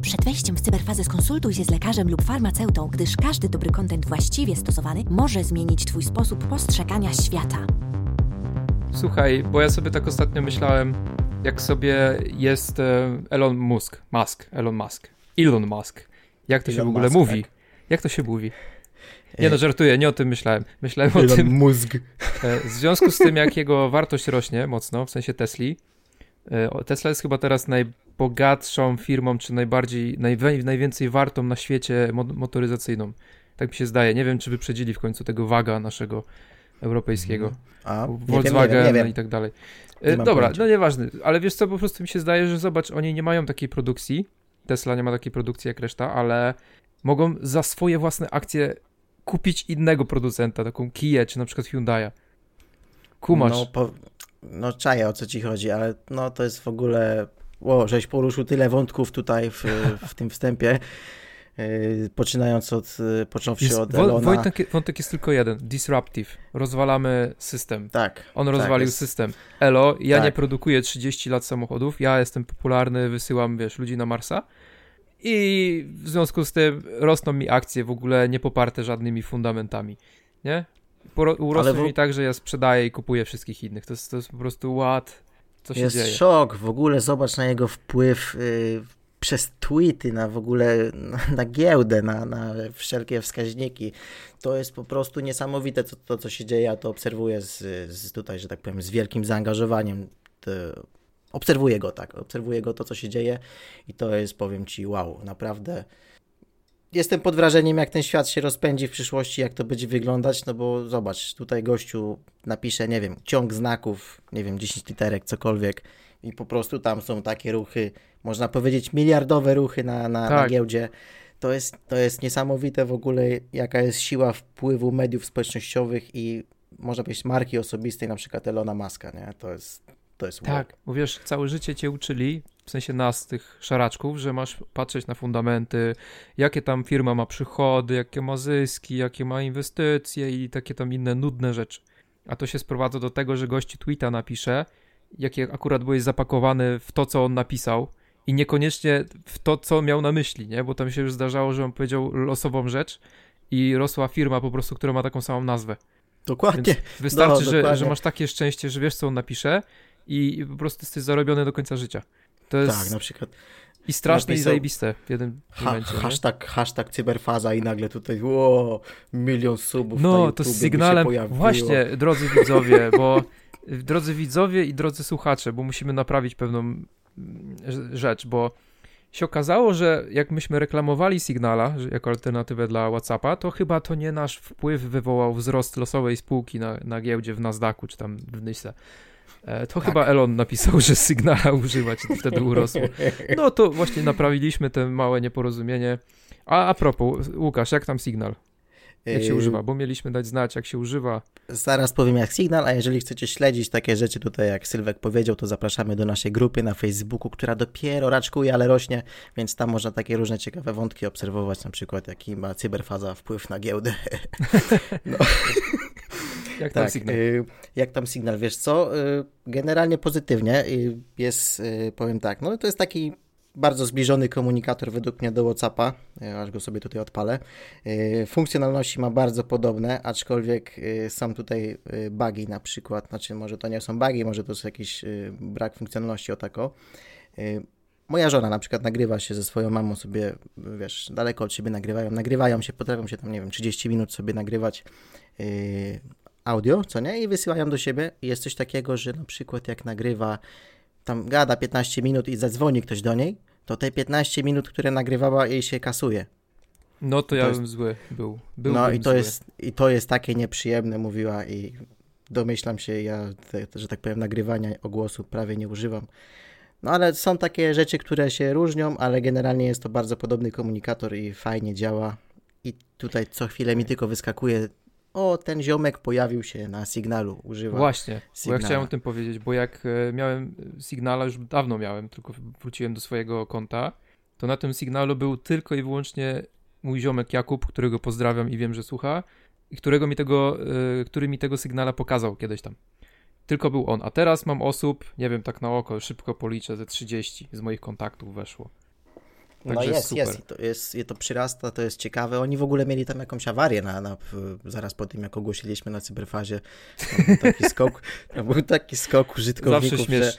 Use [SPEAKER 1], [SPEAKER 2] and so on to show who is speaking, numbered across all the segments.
[SPEAKER 1] Przed wejściem w cyberfazę skonsultuj się z lekarzem lub farmaceutą, gdyż każdy dobry content właściwie stosowany może zmienić Twój sposób postrzegania świata.
[SPEAKER 2] Słuchaj, bo ja sobie tak ostatnio myślałem, jak sobie jest Elon Musk. Jak to się w ogóle mówi? Tak. Jak to się mówi? Nie no, żartuję, nie o tym myślałem. Myślałem o tym...
[SPEAKER 3] Mózg.
[SPEAKER 2] W związku z tym, jak jego wartość rośnie mocno, w sensie Tesli, Tesla jest chyba teraz najbogatszą firmą, czy najwięcej wartą na świecie motoryzacyjną. Tak mi się zdaje. Nie wiem, czy wyprzedzili w końcu tego waga naszego europejskiego. Volkswagen
[SPEAKER 3] nie wiem.
[SPEAKER 2] I tak dalej. Dobra, no nieważne. Ale wiesz co, po prostu mi się zdaje, że zobacz, oni nie mają takiej produkcji. Tesla nie ma takiej produkcji jak reszta, ale mogą za swoje własne akcje kupić innego producenta, taką Kię, czy na przykład Hyundai'a. Kumasz.
[SPEAKER 3] No czaję, o co ci chodzi, ale no to jest w ogóle... żeś poruszył tyle wątków tutaj w tym wstępie, począwszy od Elona.
[SPEAKER 2] Wątek jest tylko jeden. Disruptive. Rozwalamy system.
[SPEAKER 3] Tak.
[SPEAKER 2] On rozwalił system. Ja nie produkuję 30 lat samochodów, ja jestem popularny, wysyłam, ludzi na Marsa i w związku z tym rosną mi akcje w ogóle nie poparte żadnymi fundamentami. Nie? Urosły mi tak, że ja sprzedaję i kupuję wszystkich innych. To jest po prostu co się dzieje.
[SPEAKER 3] Jest szok. W ogóle zobacz na jego wpływ przez tweety na w ogóle na giełdę, na wszelkie wskaźniki. To jest po prostu niesamowite to co się dzieje. Ja to obserwuję tutaj, że tak powiem, z wielkim zaangażowaniem. Obserwuję go to, co się dzieje i to jest, powiem ci, wow, naprawdę... Jestem pod wrażeniem, jak ten świat się rozpędzi w przyszłości, jak to będzie wyglądać, no bo zobacz, tutaj gościu napisze, nie wiem, ciąg znaków, nie wiem, 10 literek, cokolwiek i po prostu tam są takie ruchy, można powiedzieć miliardowe ruchy na giełdzie. To jest niesamowite w ogóle, jaka jest siła wpływu mediów społecznościowych i można powiedzieć marki osobistej, na przykład Elona Muska, nie? To jest
[SPEAKER 2] tak, wow. Bo wiesz, całe życie cię uczyli, w sensie nas, tych szaraczków, że masz patrzeć na fundamenty, jakie tam firma ma przychody, jakie ma zyski, jakie ma inwestycje i takie tam inne nudne rzeczy. A to się sprowadza do tego, że gości tweeta napisze, jaki akurat byłeś zapakowany w to, co on napisał i niekoniecznie w to, co miał na myśli, nie? Bo tam się już zdarzało, że on powiedział losową rzecz i rosła firma po prostu, która ma taką samą nazwę.
[SPEAKER 3] Dokładnie.
[SPEAKER 2] Więc wystarczy, że masz takie szczęście, że wiesz, co on napisze i po prostu jesteś zarobiony do końca życia. To jest
[SPEAKER 3] tak, na przykład.
[SPEAKER 2] I straszne i zajebiste w jednym momencie.
[SPEAKER 3] Hashtag cyberfaza i nagle tutaj 1 milion subów
[SPEAKER 2] no,
[SPEAKER 3] na YouTube
[SPEAKER 2] to z sygnałem, właśnie, drodzy widzowie i drodzy słuchacze, bo musimy naprawić pewną rzecz, bo się okazało, że jak myśmy reklamowali Signala jako alternatywę dla WhatsAppa, to chyba to nie nasz wpływ wywołał wzrost losowej spółki na giełdzie w Nasdaqu, czy tam w Nyse. To chyba Elon napisał, że Signala używać wtedy urosło. No to właśnie naprawiliśmy te małe nieporozumienie. A propos, Łukasz, jak tam Signal? Jak się używa? Bo mieliśmy dać znać, jak się używa.
[SPEAKER 3] Zaraz powiem jak Signal, a jeżeli chcecie śledzić takie rzeczy tutaj, jak Sylwek powiedział, to zapraszamy do naszej grupy na Facebooku, która dopiero raczkuje, ale rośnie, więc tam można takie różne ciekawe wątki obserwować, na przykład jaki ma cyberfaza wpływ na giełdę. No.
[SPEAKER 2] Jak tam Signal?
[SPEAKER 3] Jak tam Signal, wiesz co? Generalnie pozytywnie jest, powiem tak, no to jest taki bardzo zbliżony komunikator według mnie do WhatsAppa, aż go sobie tutaj odpalę. Funkcjonalności ma bardzo podobne, aczkolwiek są tutaj bugi na przykład, znaczy może to nie są bugi, może to jest jakiś brak funkcjonalności o tako. Moja żona na przykład nagrywa się ze swoją mamą sobie, wiesz, daleko od siebie nagrywają się, potrafią się tam, nie wiem, 30 minut sobie nagrywać audio, co nie? I wysyłają do siebie. I jest coś takiego, że na przykład jak nagrywa, tam gada 15 minut i zadzwoni ktoś do niej, to te 15 minut, które nagrywała, jej się kasuje.
[SPEAKER 2] No to ja bym zły był.
[SPEAKER 3] No i to jest takie nieprzyjemne, mówiła i domyślam się, że tak powiem, nagrywania głosu prawie nie używam. No ale są takie rzeczy, które się różnią, ale generalnie jest to bardzo podobny komunikator i fajnie działa. I tutaj co chwilę mi tylko wyskakuje, ten ziomek pojawił się na Signalu, używa
[SPEAKER 2] Właśnie,
[SPEAKER 3] Signala.
[SPEAKER 2] Bo ja chciałem o tym powiedzieć, bo jak miałem Signala, już dawno miałem, tylko wróciłem do swojego konta, to na tym Signalu był tylko i wyłącznie mój ziomek Jakub, którego pozdrawiam i wiem, że słucha, i który mi tego Signala pokazał kiedyś tam. Tylko był on, a teraz mam osób, nie wiem, tak na oko, szybko policzę, ze 30 z moich kontaktów weszło.
[SPEAKER 3] No
[SPEAKER 2] Także
[SPEAKER 3] jest,
[SPEAKER 2] super.
[SPEAKER 3] i to przyrasta, to jest ciekawe. Oni w ogóle mieli tam jakąś awarię zaraz po tym, jak ogłosiliśmy na Cyberfazie. Tam był taki skok użytkowników,
[SPEAKER 2] Zawsze śmiesz.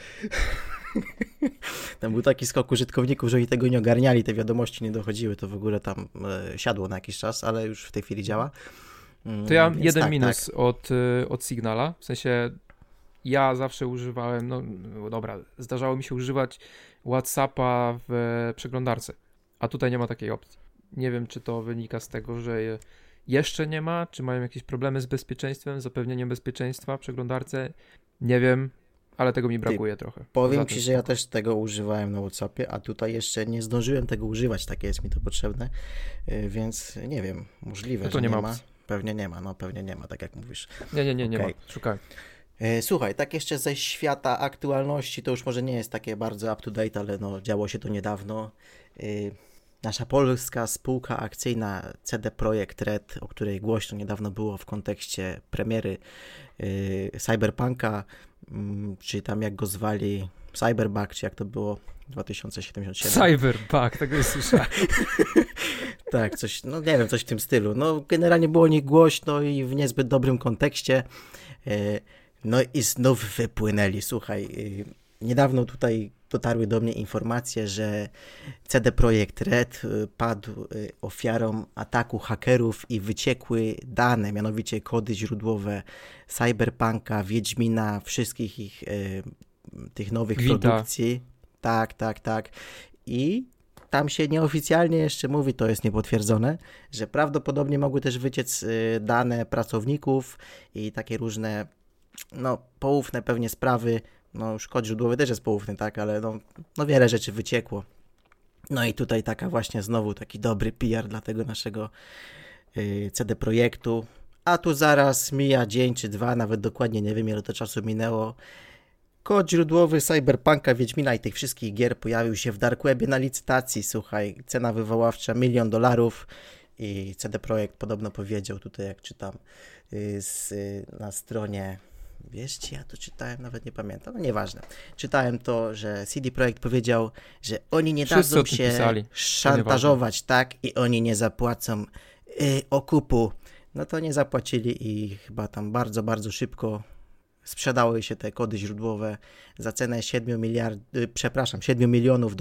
[SPEAKER 3] Tam był taki skok użytkowników, że oni tego nie ogarniali, te wiadomości nie dochodziły, to w ogóle tam siadło na jakiś czas, ale już w tej chwili działa.
[SPEAKER 2] To ja mam
[SPEAKER 3] Więc
[SPEAKER 2] jeden
[SPEAKER 3] tak,
[SPEAKER 2] minus
[SPEAKER 3] tak.
[SPEAKER 2] od Signala, w sensie ja zawsze używałem, no dobra, zdarzało mi się używać WhatsAppa w przeglądarce, a tutaj nie ma takiej opcji. Nie wiem, czy to wynika z tego, że jeszcze nie ma, czy mają jakieś problemy z bezpieczeństwem, zapewnieniem bezpieczeństwa w przeglądarce, nie wiem, ale tego mi brakuje trochę.
[SPEAKER 3] Powiem ci, że ja też tego używałem na WhatsAppie, a tutaj jeszcze nie zdążyłem tego używać, takie jest mi to potrzebne, więc nie wiem, możliwe,
[SPEAKER 2] No to
[SPEAKER 3] że
[SPEAKER 2] nie ma
[SPEAKER 3] ma.
[SPEAKER 2] opcji.
[SPEAKER 3] Pewnie nie ma, tak jak mówisz.
[SPEAKER 2] Nie ma,
[SPEAKER 3] Okej.
[SPEAKER 2] szukałem.
[SPEAKER 3] Słuchaj, tak jeszcze ze świata aktualności, to już może nie jest takie bardzo up to date, ale no, działo się to niedawno. Nasza polska spółka akcyjna CD Projekt Red, o której głośno niedawno było w kontekście premiery Cyberpunka, czy tam jak go zwali, Cyberbug, czy jak to było, 2077.
[SPEAKER 2] Cyberbug, tego nie słyszałem.
[SPEAKER 3] Tak, coś, no nie wiem, coś w tym stylu. No generalnie było o nich głośno i w niezbyt dobrym kontekście. No i znów wypłynęli, słuchaj, niedawno tutaj dotarły do mnie informacje, że CD Projekt Red padł ofiarą ataku hakerów i wyciekły dane, mianowicie kody źródłowe Cyberpunka, Wiedźmina, wszystkich ich tych nowych produkcji. Tak. I tam się nieoficjalnie jeszcze mówi, to jest niepotwierdzone, że prawdopodobnie mogły też wyciec dane pracowników i takie różne, no poufne pewnie sprawy. No już kod źródłowy też jest poufny, tak, ale no wiele rzeczy wyciekło. No i tutaj taka właśnie znowu taki dobry PR dla tego naszego CD Projektu. A tu zaraz mija dzień czy dwa, nawet dokładnie nie wiem ile to czasu minęło. Kod źródłowy Cyberpunka, Wiedźmina i tych wszystkich gier pojawił się w Dark Webie na licytacji, słuchaj, cena wywoławcza $1 milion i CD Projekt podobno powiedział tutaj, jak czytam na stronie, wiesz, ja to czytałem, nawet nie pamiętam, no nieważne. Czytałem to, że CD Projekt powiedział, że oni nie dadzą się szantażować, tak, i oni nie zapłacą okupu. No to nie zapłacili i chyba tam bardzo, bardzo szybko sprzedały się te kody źródłowe za cenę $7 milionów.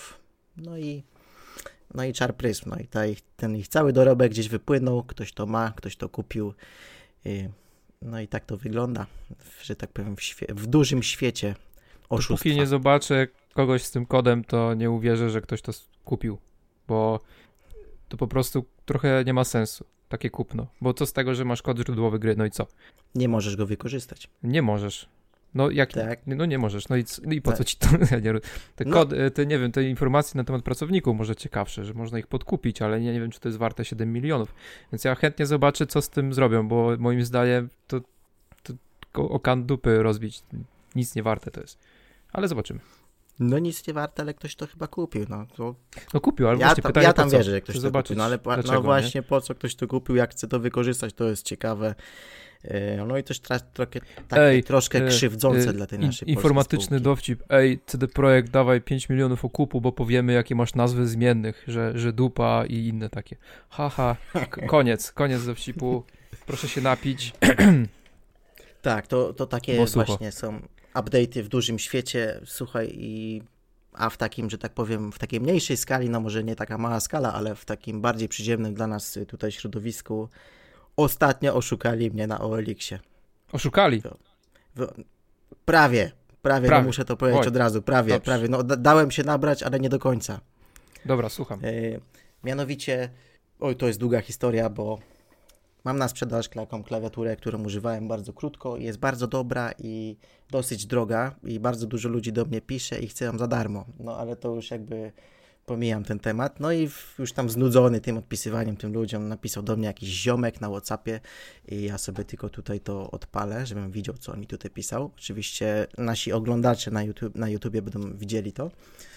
[SPEAKER 3] No i czar prysł. No i ten ich cały dorobek gdzieś wypłynął, ktoś to ma, ktoś to kupił. No i tak to wygląda, że tak powiem, w dużym świecie oszustwa.
[SPEAKER 2] Dopóki nie zobaczę kogoś z tym kodem, to nie uwierzę, że ktoś to kupił, bo to po prostu trochę nie ma sensu, takie kupno. Bo co z tego, że masz kod źródłowy gry, no i co?
[SPEAKER 3] Nie możesz go wykorzystać.
[SPEAKER 2] Nie możesz. No jak? Tak. No nie możesz. No i po co ci to? Nie wiem, te informacje na temat pracowników może ciekawsze, że można ich podkupić, ale nie wiem, czy to jest warte 7 milionów. Więc ja chętnie zobaczę, co z tym zrobią, bo moim zdaniem to okan dupy rozbić. Nic nie warte to jest. Ale zobaczymy.
[SPEAKER 3] No nic nie warte, ale ktoś to chyba kupił.
[SPEAKER 2] No kupił, ale właśnie pytanie,
[SPEAKER 3] ja tam
[SPEAKER 2] po co?
[SPEAKER 3] wierzę, że ktoś to kupił. No ale
[SPEAKER 2] dlaczego,
[SPEAKER 3] no właśnie, po co ktoś to kupił, jak chce to wykorzystać, to jest ciekawe. No i też troszkę krzywdzące dla tej naszej
[SPEAKER 2] informatyczny
[SPEAKER 3] spółki.
[SPEAKER 2] dowcip. CD Projekt, dawaj 5 milionów okupu, bo powiemy, jakie masz nazwy zmiennych, że dupa i inne takie. Haha, koniec dowcipu. Proszę się napić.
[SPEAKER 3] Tak, to takie właśnie są update'y w dużym świecie, słuchaj, a w takim, że tak powiem, w takiej mniejszej skali, no może nie taka mała skala, ale w takim bardziej przyziemnym dla nas tutaj środowisku, ostatnio oszukali mnie na OLX-ie.
[SPEAKER 2] Oszukali?
[SPEAKER 3] Prawie, no muszę to powiedzieć od razu, prawie. No dałem się nabrać, ale nie do końca.
[SPEAKER 2] Dobra, słucham.
[SPEAKER 3] Mianowicie, to jest długa historia, bo mam na sprzedaż taką klawiaturę, którą używałem bardzo krótko, jest bardzo dobra i dosyć droga i bardzo dużo ludzi do mnie pisze i chce ją za darmo. No ale to już jakby pomijam ten temat. No i już tam znudzony tym odpisywaniem tym ludziom napisał do mnie jakiś ziomek na WhatsAppie i ja sobie tylko tutaj to odpalę, żebym widział, co on mi tutaj pisał. Oczywiście nasi oglądacze na YouTubie będą widzieli to.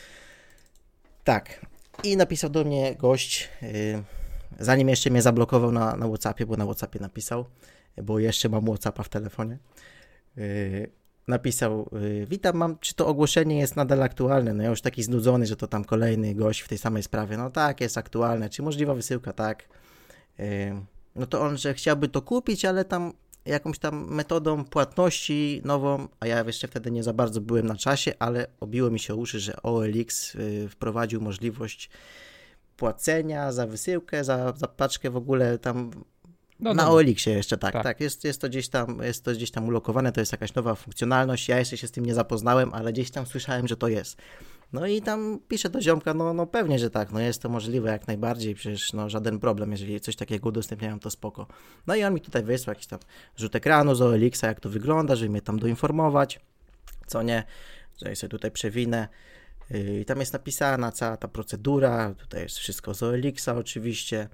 [SPEAKER 3] Tak. I napisał do mnie gość, zanim jeszcze mnie zablokował na WhatsAppie, bo na WhatsAppie napisał, bo jeszcze mam WhatsAppa w telefonie. napisał, witam, czy to ogłoszenie jest nadal aktualne? No ja już taki znudzony, że to tam kolejny gość w tej samej sprawie. No tak, jest aktualne. Czy możliwa wysyłka? Tak. No to on, że chciałby to kupić, ale tam jakąś tam metodą płatności nową, a ja jeszcze wtedy nie za bardzo byłem na czasie, ale obiło mi się uszy, że OLX wprowadził możliwość płacenia za wysyłkę, za paczkę w ogóle tam na OLX-ie jeszcze tak. Jest to gdzieś tam ulokowane, to jest jakaś nowa funkcjonalność, ja jeszcze się z tym nie zapoznałem, ale gdzieś tam słyszałem, że to jest. No i tam piszę do ziomka, no pewnie, że tak, no jest to możliwe jak najbardziej, przecież no żaden problem, jeżeli coś takiego udostępniają, to spoko. No i on mi tutaj wysłał jakiś tam rzut ekranu z OLX-a, jak to wygląda, żeby mnie tam doinformować, co nie, że ja sobie tutaj przewinę. I tam jest napisana cała ta procedura, tutaj jest wszystko z OLX-a oczywiście.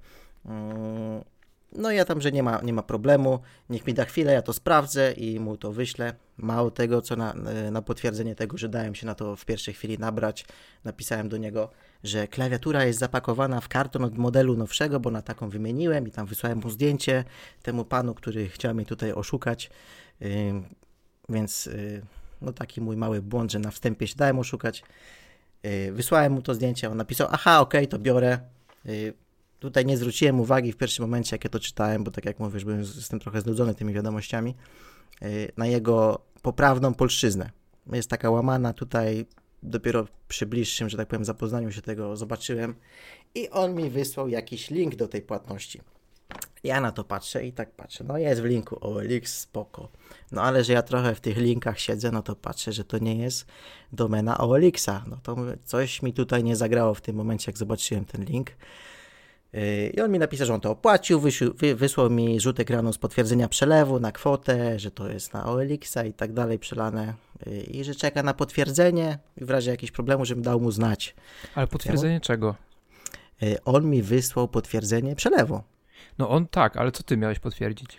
[SPEAKER 3] No ja tam, że nie ma problemu, niech mi da chwilę, ja to sprawdzę i mu to wyślę. Mało tego, co na potwierdzenie tego, że dałem się na to w pierwszej chwili nabrać, napisałem do niego, że klawiatura jest zapakowana w karton od modelu nowszego, bo na taką wymieniłem i tam wysłałem mu zdjęcie temu panu, który chciał mnie tutaj oszukać, więc no taki mój mały błąd, że na wstępie się dałem oszukać. Wysłałem mu to zdjęcie, on napisał, okej, to biorę. Tutaj nie zwróciłem uwagi w pierwszym momencie, jak ja to czytałem, bo tak jak mówisz, jestem trochę znudzony tymi wiadomościami, na jego poprawną polszczyznę. Jest taka łamana tutaj, dopiero przy bliższym, że tak powiem, zapoznaniu się tego zobaczyłem i on mi wysłał jakiś link do tej płatności. Ja na to patrzę i tak patrzę, no jest w linku OLX, spoko. No ale że ja trochę w tych linkach siedzę, no to patrzę, że to nie jest domena OLX-a. No to mówię, coś mi tutaj nie zagrało w tym momencie, jak zobaczyłem ten link. I on mi napisał, że on to opłacił, wysłał mi rzut ekranu z potwierdzenia przelewu na kwotę, że to jest na OLX-a i tak dalej przelane i że czeka na potwierdzenie i w razie jakichś problemów, żebym dał mu znać.
[SPEAKER 2] Ale potwierdzenie czego?
[SPEAKER 3] On mi wysłał potwierdzenie przelewu.
[SPEAKER 2] No on tak, ale co ty miałeś potwierdzić?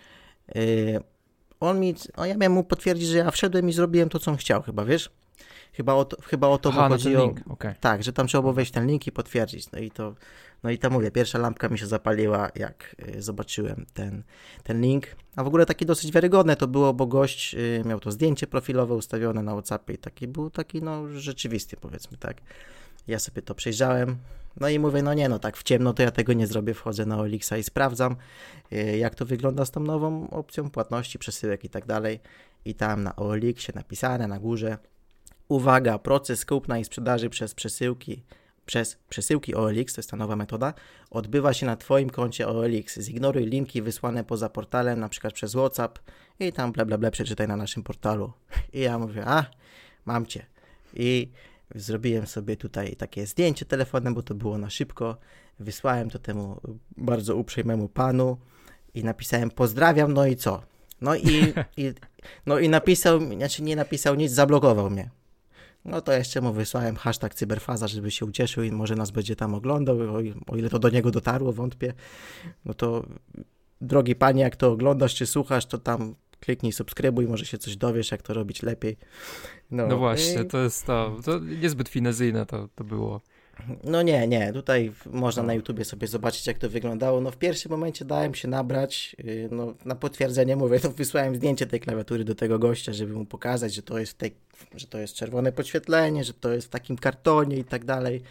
[SPEAKER 3] Ja miałem mu potwierdzić, że ja wszedłem i zrobiłem to, co on chciał chyba, wiesz? Chyba o to mu chodziło.
[SPEAKER 2] Okay.
[SPEAKER 3] Tak, że tam trzeba było wejść ten link i potwierdzić. No i tam mówię, pierwsza lampka mi się zapaliła, jak zobaczyłem ten link. A w ogóle takie dosyć wiarygodne to było, bo gość miał to zdjęcie profilowe ustawione na WhatsAppie i był taki rzeczywisty, powiedzmy, tak. Ja sobie to przejrzałem, no i mówię, tak w ciemno to ja tego nie zrobię, wchodzę na OLX-a i sprawdzam, jak to wygląda z tą nową opcją płatności, przesyłek i tak dalej. I tam na OLX-ie napisane na górze, uwaga, proces kupna i sprzedaży przez przesyłki OLX, to jest ta nowa metoda, odbywa się na Twoim koncie OLX. Zignoruj linki wysłane poza portalem, na przykład przez WhatsApp i tam bla bla bla, przeczytaj na naszym portalu. I ja mówię, mam Cię. I zrobiłem sobie tutaj takie zdjęcie telefonem, bo to było na szybko. Wysłałem to temu bardzo uprzejmemu panu i napisałem, pozdrawiam, no i co? No i napisał, nie napisał nic, zablokował mnie. No to jeszcze mu wysłałem #cyberfaza, żeby się ucieszył i może nas będzie tam oglądał, o ile to do niego dotarło, wątpię. No to drogi panie, jak to oglądasz czy słuchasz, to tam kliknij subskrybuj, może się coś dowiesz, jak to robić lepiej.
[SPEAKER 2] No właśnie, to jest to niezbyt finezyjne to było.
[SPEAKER 3] No nie, tutaj można na YouTubie sobie zobaczyć, jak to wyglądało. No w pierwszym momencie dałem się nabrać, na potwierdzenie mówię, wysłałem zdjęcie tej klawiatury do tego gościa, żeby mu pokazać, że to jest czerwone podświetlenie, że to jest w takim kartonie i tak dalej.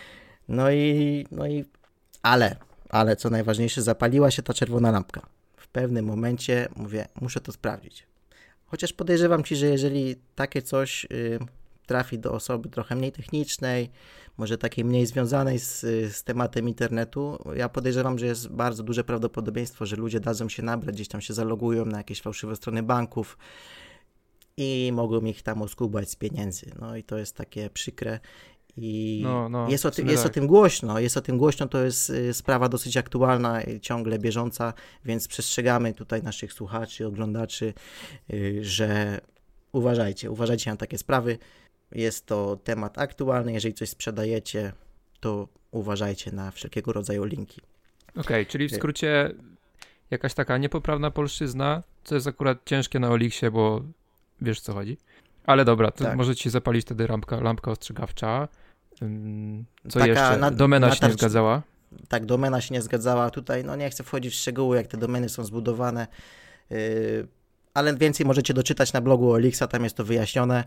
[SPEAKER 3] Ale co najważniejsze, zapaliła się ta czerwona lampka. W pewnym momencie mówię, muszę to sprawdzić. Chociaż podejrzewam Ci, że jeżeli takie coś trafi do osoby trochę mniej technicznej, może takiej mniej związanej z tematem internetu, ja podejrzewam, że jest bardzo duże prawdopodobieństwo, że ludzie dadzą się nabrać, gdzieś tam się zalogują na jakieś fałszywe strony banków i mogą ich tam oskubać z pieniędzy. No i to jest takie przykre. I jest o tym głośno, to jest sprawa dosyć aktualna i ciągle bieżąca, więc przestrzegamy tutaj naszych słuchaczy, oglądaczy, że uważajcie na takie sprawy. Jest to temat aktualny, jeżeli coś sprzedajecie, to uważajcie na wszelkiego rodzaju linki.
[SPEAKER 2] Okej, czyli w skrócie jakaś taka niepoprawna polszczyzna, co jest akurat ciężkie na OLX-ie, bo wiesz, co chodzi. Ale dobra, to tak. Może ci zapalić wtedy lampka ostrzegawcza. Co taka jeszcze? Domena się nie zgadzała?
[SPEAKER 3] Tak, domena się nie zgadzała. Tutaj nie chcę wchodzić w szczegóły, jak te domeny są zbudowane, ale więcej możecie doczytać na blogu Olixa, tam jest to wyjaśnione.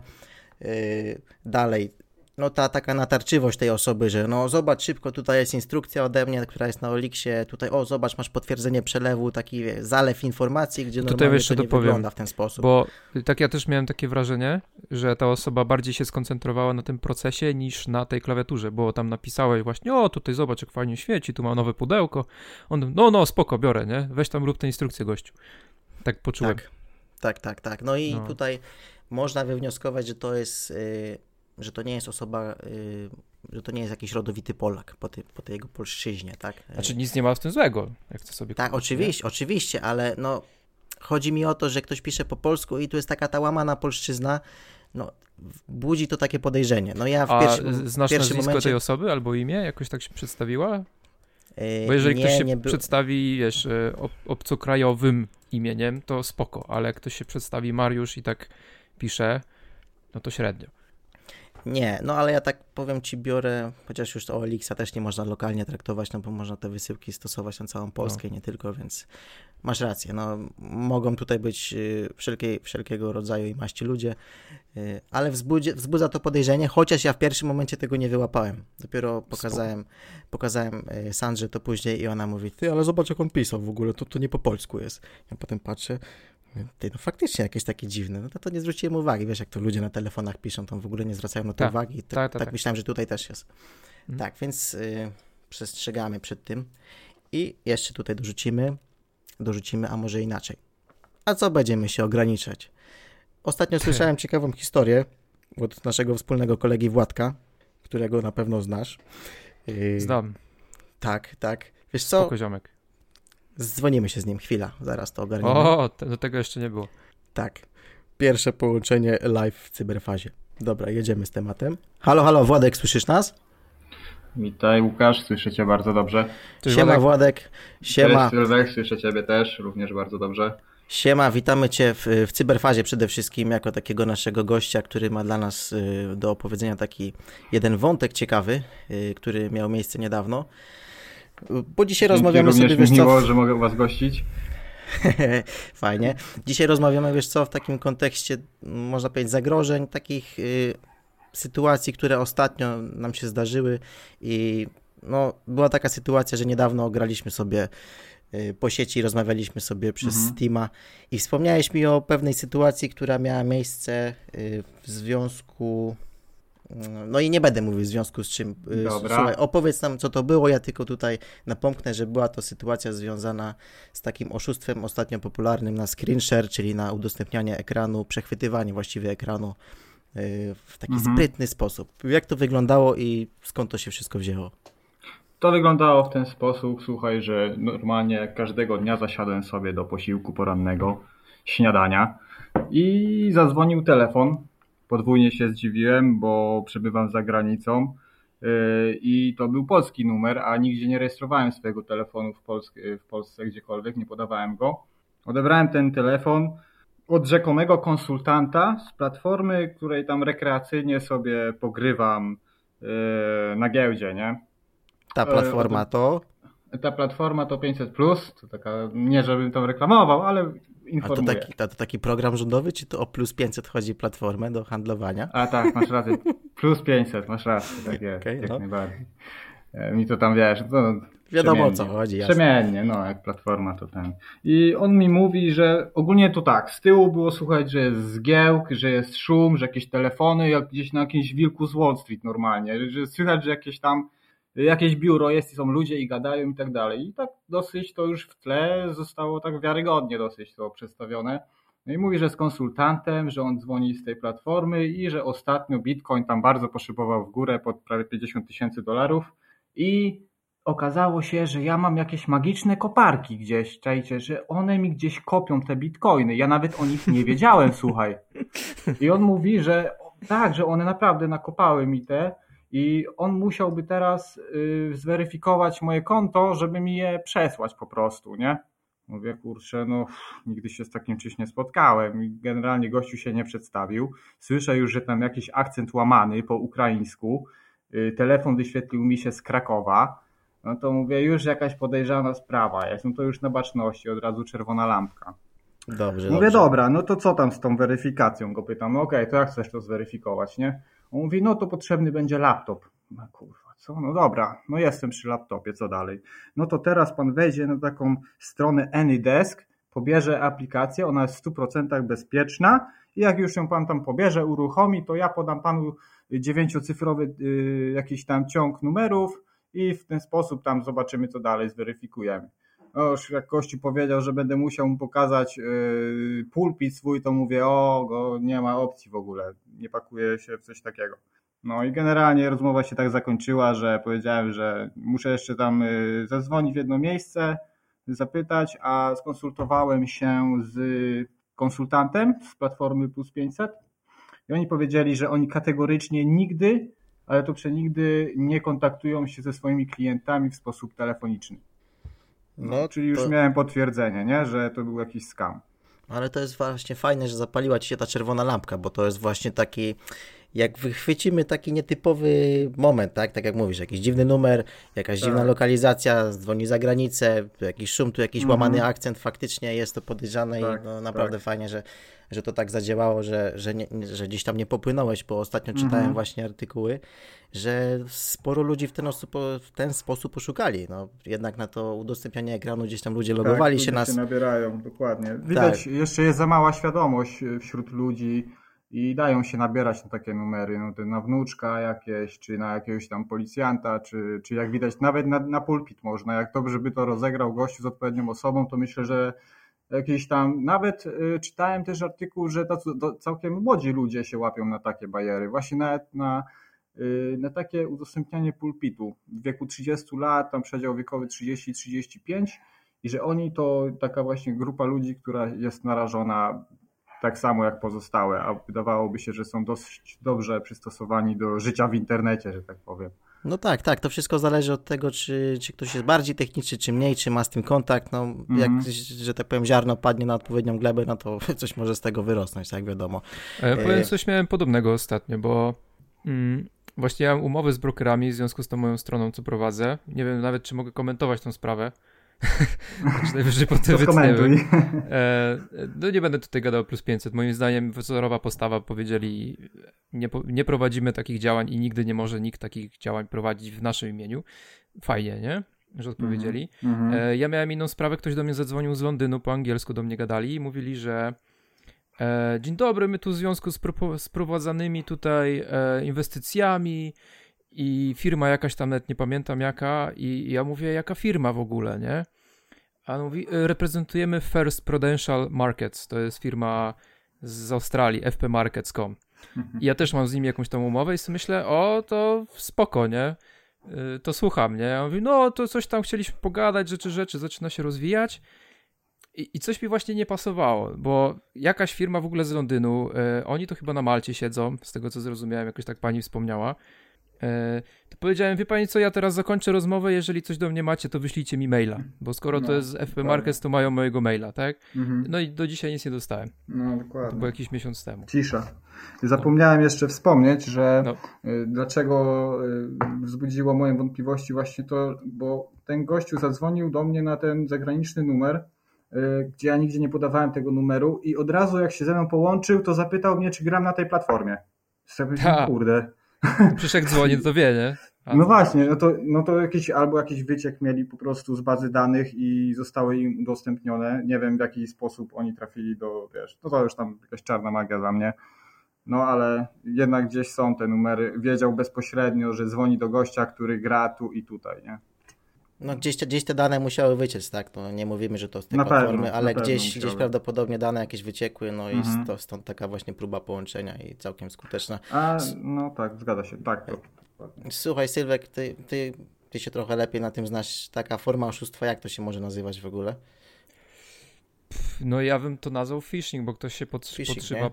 [SPEAKER 3] Dalej, no ta taka natarczywość tej osoby, że no zobacz szybko, tutaj jest instrukcja ode mnie, która jest na Olixie, tutaj zobacz, masz potwierdzenie przelewu, taki zalew informacji, gdzie
[SPEAKER 2] tutaj
[SPEAKER 3] normalnie
[SPEAKER 2] jeszcze
[SPEAKER 3] to nie wygląda w ten sposób.
[SPEAKER 2] Bo tak ja też miałem takie wrażenie, że ta osoba bardziej się skoncentrowała na tym procesie niż na tej klawiaturze, bo tam napisałeś właśnie, tutaj zobacz jak fajnie świeci, tu mam nowe pudełko, on, no spoko, biorę, nie? Weź tam rób tę instrukcję, gościu. Tak poczułem.
[SPEAKER 3] Tak. No i tutaj można wywnioskować, że to jest, że to nie jest osoba, że to nie jest jakiś rodowity Polak po tej jego polszczyźnie, tak?
[SPEAKER 2] Znaczy nic nie ma w tym złego, jak chce sobie
[SPEAKER 3] tak,
[SPEAKER 2] kupić,
[SPEAKER 3] oczywiście, ale no chodzi mi o to, że ktoś pisze po polsku i tu jest taka ta łamana polszczyzna, no budzi to takie podejrzenie. No ja w
[SPEAKER 2] znasz
[SPEAKER 3] pierwszym
[SPEAKER 2] nazwisko
[SPEAKER 3] momencie...
[SPEAKER 2] tej osoby albo imię? Jakoś tak się przedstawiła? Bo jeżeli ktoś się przedstawi, wiesz, obcokrajowym imieniem, to spoko, ale jak ktoś się przedstawi Mariusz i tak pisze, no to średnio.
[SPEAKER 3] Nie, no ale ja tak powiem ci, biorę, chociaż już to Olixa też nie można lokalnie traktować, no bo można te wysyłki stosować na całą Polskę, nie tylko, więc masz rację, no mogą tutaj być wszelkiego rodzaju i maści ludzie, ale wzbudza to podejrzenie, chociaż ja w pierwszym momencie tego nie wyłapałem. Dopiero pokazałem Sandrze to później i ona mówi, ty, ale zobacz jak on pisał w ogóle, to nie po polsku jest. Ja potem patrzę, ty, no faktycznie jakieś takie dziwne, no to nie zwróciłem uwagi, wiesz, jak to ludzie na telefonach piszą, to w ogóle nie zwracają na to uwagi. Tak myślałem, że tutaj też jest. Tak, więc przestrzegamy przed tym i jeszcze tutaj dorzucimy, a może inaczej. A co będziemy się ograniczać? Ostatnio słyszałem ciekawą historię od naszego wspólnego kolegi Władka, którego na pewno znasz.
[SPEAKER 2] Znam.
[SPEAKER 3] Tak. Wiesz co?
[SPEAKER 2] Spoko, ziomek.
[SPEAKER 3] Dzwonimy się z nim, chwila, zaraz to ogarniemy.
[SPEAKER 2] Do tego jeszcze nie było.
[SPEAKER 3] Tak. Pierwsze połączenie live w cyberfazie. Dobra, jedziemy z tematem. Halo, Władek, słyszysz nas?
[SPEAKER 4] Witaj Łukasz, słyszę Cię bardzo dobrze.
[SPEAKER 3] Cześć, siema Władek, siema.
[SPEAKER 4] Cześć Sylwek, słyszę Ciebie też, również bardzo dobrze.
[SPEAKER 3] Siema, witamy Cię w cyberfazie przede wszystkim jako takiego naszego gościa, który ma dla nas do opowiedzenia taki jeden wątek ciekawy, który miał miejsce niedawno. Bo dzisiaj rozmawiamy
[SPEAKER 4] również
[SPEAKER 3] sobie, wiesz
[SPEAKER 4] miło,
[SPEAKER 3] co...
[SPEAKER 4] że mogę u Was gościć.
[SPEAKER 3] Fajnie. Dzisiaj rozmawiamy, wiesz co, w takim kontekście, można powiedzieć, zagrożeń, takich sytuacji, które ostatnio nam się zdarzyły i no, była taka sytuacja, że niedawno graliśmy sobie po sieci, rozmawialiśmy sobie przez Steama i wspomniałeś mi o pewnej sytuacji, która miała miejsce w związku... No i nie będę mówił w związku z czym.
[SPEAKER 4] Dobra.
[SPEAKER 3] Słuchaj, opowiedz nam, co to było. Ja tylko tutaj napomknę, że była to sytuacja związana z takim oszustwem ostatnio popularnym na screen share, czyli na udostępnianie ekranu, przechwytywanie właściwie ekranu w taki sprytny sposób. Jak to wyglądało i skąd to się wszystko wzięło?
[SPEAKER 4] To wyglądało w ten sposób, słuchaj, że normalnie każdego dnia zasiadłem sobie do posiłku porannego, śniadania i zadzwonił telefon. Podwójnie się zdziwiłem, bo przebywam za granicą i to był polski numer, a nigdzie nie rejestrowałem swojego telefonu w Polsce gdziekolwiek, nie podawałem go. Odebrałem ten telefon od rzekomego konsultanta z platformy, której tam rekreacyjnie sobie pogrywam na giełdzie, nie?
[SPEAKER 3] Ta platforma to?
[SPEAKER 4] Ta platforma to 500+, to taka, nie żebym tam reklamował, ale informuję.
[SPEAKER 3] A to taki program rządowy, czy to o plus 500 chodzi platformę do handlowania?
[SPEAKER 4] A tak, masz rację, plus 500, masz rację, tak jest, jak najbardziej. Mi to tam, wiesz, to
[SPEAKER 3] wiadomo o co chodzi. Jasne.
[SPEAKER 4] Przemiennie, no jak platforma to ten. I on mi mówi, że ogólnie to tak, z tyłu było słuchać, że jest zgiełk, że jest szum, że jakieś telefony, jak gdzieś na jakimś wilku z Wall Street normalnie, że słychać, że jakieś biuro jest i są ludzie i gadają i tak dalej. I tak dosyć to już w tle zostało tak wiarygodnie dosyć to przedstawione. No i mówi, że z konsultantem, że on dzwoni z tej platformy i że ostatnio Bitcoin tam bardzo poszybował w górę pod prawie $50,000 i okazało się, że ja mam jakieś magiczne koparki gdzieś, czajcie, że one mi gdzieś kopią te bitcoiny. Ja nawet o nich nie wiedziałem, słuchaj. I on mówi, że tak, że one naprawdę nakopały mi te i on musiałby teraz zweryfikować moje konto, żeby mi je przesłać po prostu, nie? Mówię, kurczę, no nigdy się z takim czymś nie spotkałem. I generalnie gościu się nie przedstawił. Słyszę już, że tam jakiś akcent łamany po ukraińsku. Telefon wyświetlił mi się z Krakowa. No to mówię, już jakaś podejrzana sprawa. Ja jestem to już na baczności, od razu czerwona lampka.
[SPEAKER 3] Dobrze,
[SPEAKER 4] Mówię,
[SPEAKER 3] dobrze.
[SPEAKER 4] dobra, no to co tam z tą weryfikacją? Go pytam, no okej, to jak chcesz to zweryfikować, nie? On mówi, no to potrzebny będzie laptop. No kurwa, co? No dobra, no jestem przy laptopie, co dalej? No to teraz pan wejdzie na taką stronę AnyDesk, pobierze aplikację, ona jest w 100% bezpieczna i jak już ją pan tam pobierze, uruchomi, to ja podam panu 9-cyfrowy jakiś tam ciąg numerów i w ten sposób tam zobaczymy, co dalej, zweryfikujemy. No już jak gościu powiedział, że będę musiał mu pokazać pulpit swój, to mówię, nie ma opcji w ogóle, nie pakuje się w coś takiego. No i generalnie rozmowa się tak zakończyła, że powiedziałem, że muszę jeszcze tam zadzwonić w jedno miejsce, zapytać, a skonsultowałem się z konsultantem z Platformy Plus 500 i oni powiedzieli, że oni kategorycznie nigdy, ale to przenigdy nie kontaktują się ze swoimi klientami w sposób telefoniczny. No, czyli już miałem potwierdzenie, nie, że to był jakiś scam.
[SPEAKER 3] Ale to jest właśnie fajne, że zapaliła ci się ta czerwona lampka, bo to jest właśnie taki, jak wychwycimy taki nietypowy moment, tak jak mówisz, jakiś dziwny numer, jakaś dziwna lokalizacja, dzwoni za granicę, tu jakiś szum, tu jakiś łamany akcent, faktycznie jest to podejrzane i no, naprawdę fajnie, że to tak zadziałało, że gdzieś tam nie popłynąłeś, bo ostatnio czytałem właśnie artykuły, że sporo ludzi w ten sposób oszukali. No, jednak na to udostępnianie ekranu gdzieś tam ludzie logowali się
[SPEAKER 4] się nabierają, dokładnie. Widać, jeszcze jest za mała świadomość wśród ludzi i dają się nabierać na takie numery, no, na wnuczka jakieś, czy na jakiegoś tam policjanta, czy jak widać nawet na pulpit można. Jak dobrze by to rozegrał gościu z odpowiednią osobą, to myślę, że jakieś tam, nawet czytałem też artykuł, że całkiem młodzi ludzie się łapią na takie bajery. Właśnie nawet na takie udostępnianie pulpitu w wieku 30 lat, tam przedział wiekowy 30-35 i że oni to taka właśnie grupa ludzi, która jest narażona tak samo jak pozostałe, a wydawałoby się, że są dosyć dobrze przystosowani do życia w internecie, że tak powiem.
[SPEAKER 3] No tak, to wszystko zależy od tego, czy ktoś jest bardziej techniczny, czy mniej, czy ma z tym kontakt. No, jak, że tak powiem, ziarno padnie na odpowiednią glebę, no to coś może z tego wyrosnąć, tak wiadomo.
[SPEAKER 2] Ja powiem, coś miałem podobnego ostatnio, bo właśnie ja mam umowy z brokerami w związku z tą moją stroną, co prowadzę. Nie wiem nawet, czy mogę komentować tą sprawę. Znaczy najwyżej potem wytniemy. No nie będę tutaj gadał plus 500. Moim zdaniem wzorowa postawa, powiedzieli, nie prowadzimy takich działań i nigdy nie może nikt takich działań prowadzić w naszym imieniu. Fajnie, nie? Że odpowiedzieli. Ja miałem inną sprawę, ktoś do mnie zadzwonił z Londynu, po angielsku do mnie gadali i mówili, że dzień dobry, my tu w związku z prowadzonymi tutaj inwestycjami i firma jakaś tam, nawet nie pamiętam jaka, i ja mówię, jaka firma w ogóle, nie? A on mówi, reprezentujemy First Prudential Markets, to jest firma z Australii, fpmarkets.com. I ja też mam z nimi jakąś tam umowę i sobie myślę, to spoko, nie? To słucham, nie? A on mówi, no to coś tam chcieliśmy pogadać, rzeczy, zaczyna się rozwijać i coś mi właśnie nie pasowało, bo jakaś firma w ogóle z Londynu, oni to chyba na Malcie siedzą, z tego co zrozumiałem, jakoś tak pani wspomniała, to powiedziałem, wie pani co, ja teraz zakończę rozmowę, jeżeli coś do mnie macie, to wyślijcie mi maila, bo skoro to jest FP Markets, to mają mojego maila, tak? No i do dzisiaj nic nie dostałem.
[SPEAKER 4] No dokładnie.
[SPEAKER 2] To było jakiś miesiąc temu.
[SPEAKER 4] Cisza. Zapomniałem jeszcze wspomnieć, że dlaczego wzbudziło moje wątpliwości właśnie to, bo ten gościu zadzwonił do mnie na ten zagraniczny numer, gdzie ja nigdzie nie podawałem tego numeru i od razu jak się ze mną połączył, to zapytał mnie, czy gram na tej platformie. Kurde.
[SPEAKER 2] Przecież jak dzwoni, to wie, nie?
[SPEAKER 4] No właśnie, no to jakiś wyciek mieli po prostu z bazy danych i zostały im udostępnione. Nie wiem, w jaki sposób oni trafili do, to już tam jakaś czarna magia za mnie. No ale jednak gdzieś są te numery. Wiedział bezpośrednio, że dzwoni do gościa, który gra tu i tutaj, nie?
[SPEAKER 3] No gdzieś te dane musiały wyciec, tak? To nie mówimy, że to z tej platformy, ale gdzieś prawdopodobnie dane jakieś wyciekły, no i stąd taka właśnie próba połączenia i całkiem skuteczna.
[SPEAKER 4] No tak, zgadza się, tak.
[SPEAKER 3] Słuchaj, Sylwek, ty się trochę lepiej na tym znasz. Taka forma oszustwa, jak to się może nazywać w ogóle?
[SPEAKER 2] No ja bym to nazwał phishing, bo ktoś się podszywa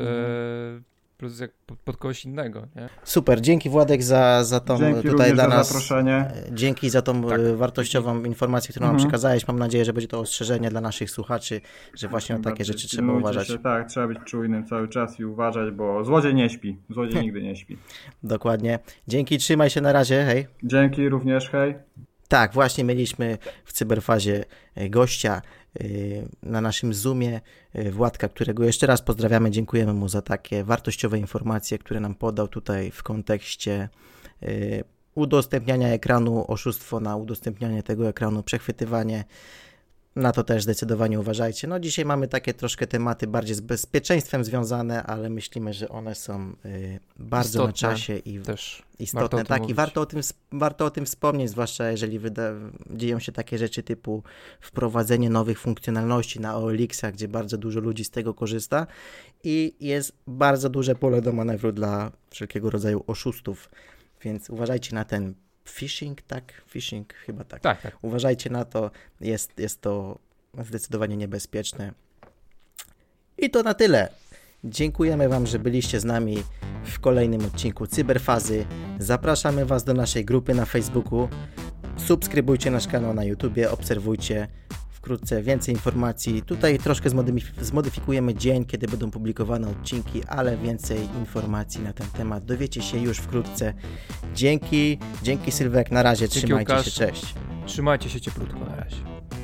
[SPEAKER 2] pod kogoś innego, nie?
[SPEAKER 3] Super, dzięki Władek za tą
[SPEAKER 4] dzięki
[SPEAKER 3] tutaj dla nas
[SPEAKER 4] zaproszenie.
[SPEAKER 3] Dzięki za tą wartościową informację, którą nam przekazałeś. Mam nadzieję, że będzie to ostrzeżenie dla naszych słuchaczy, że właśnie na takie rzeczy trzeba uważać.
[SPEAKER 4] Tak, trzeba być czujnym cały czas i uważać, bo złodziej nie śpi. Złodziej nigdy nie śpi.
[SPEAKER 3] Dokładnie. Dzięki, trzymaj się, na razie, hej.
[SPEAKER 4] Dzięki również, hej.
[SPEAKER 3] Tak, właśnie mieliśmy w Cyberfazie gościa na naszym Zoomie, Władka, którego jeszcze raz pozdrawiamy, dziękujemy mu za takie wartościowe informacje, które nam podał tutaj w kontekście udostępniania ekranu, oszustwo na udostępnianie tego ekranu, przechwytywanie. Na to też zdecydowanie uważajcie. No dzisiaj mamy takie troszkę tematy bardziej z bezpieczeństwem związane, ale myślimy, że one są bardzo istotne, na czasie i
[SPEAKER 2] też
[SPEAKER 3] istotne. Tak, i warto o tym wspomnieć, zwłaszcza jeżeli dzieją się takie rzeczy typu wprowadzenie nowych funkcjonalności na OLX-ach, gdzie bardzo dużo ludzi z tego korzysta i jest bardzo duże pole do manewru dla wszelkiego rodzaju oszustów, więc uważajcie na ten phishing, tak? Phishing, chyba tak.
[SPEAKER 2] Tak.
[SPEAKER 3] Uważajcie na to, jest to zdecydowanie niebezpieczne. I to na tyle. Dziękujemy Wam, że byliście z nami w kolejnym odcinku Cyberfazy. Zapraszamy Was do naszej grupy na Facebooku. Subskrybujcie nasz kanał na YouTubie, obserwujcie. Wkrótce więcej informacji. Tutaj troszkę zmodyfikujemy dzień, kiedy będą publikowane odcinki, ale więcej informacji na ten temat dowiecie się już wkrótce. Dzięki Sylwek, na razie, trzymajcie się, cześć.
[SPEAKER 2] Trzymajcie się cieplutko, na razie.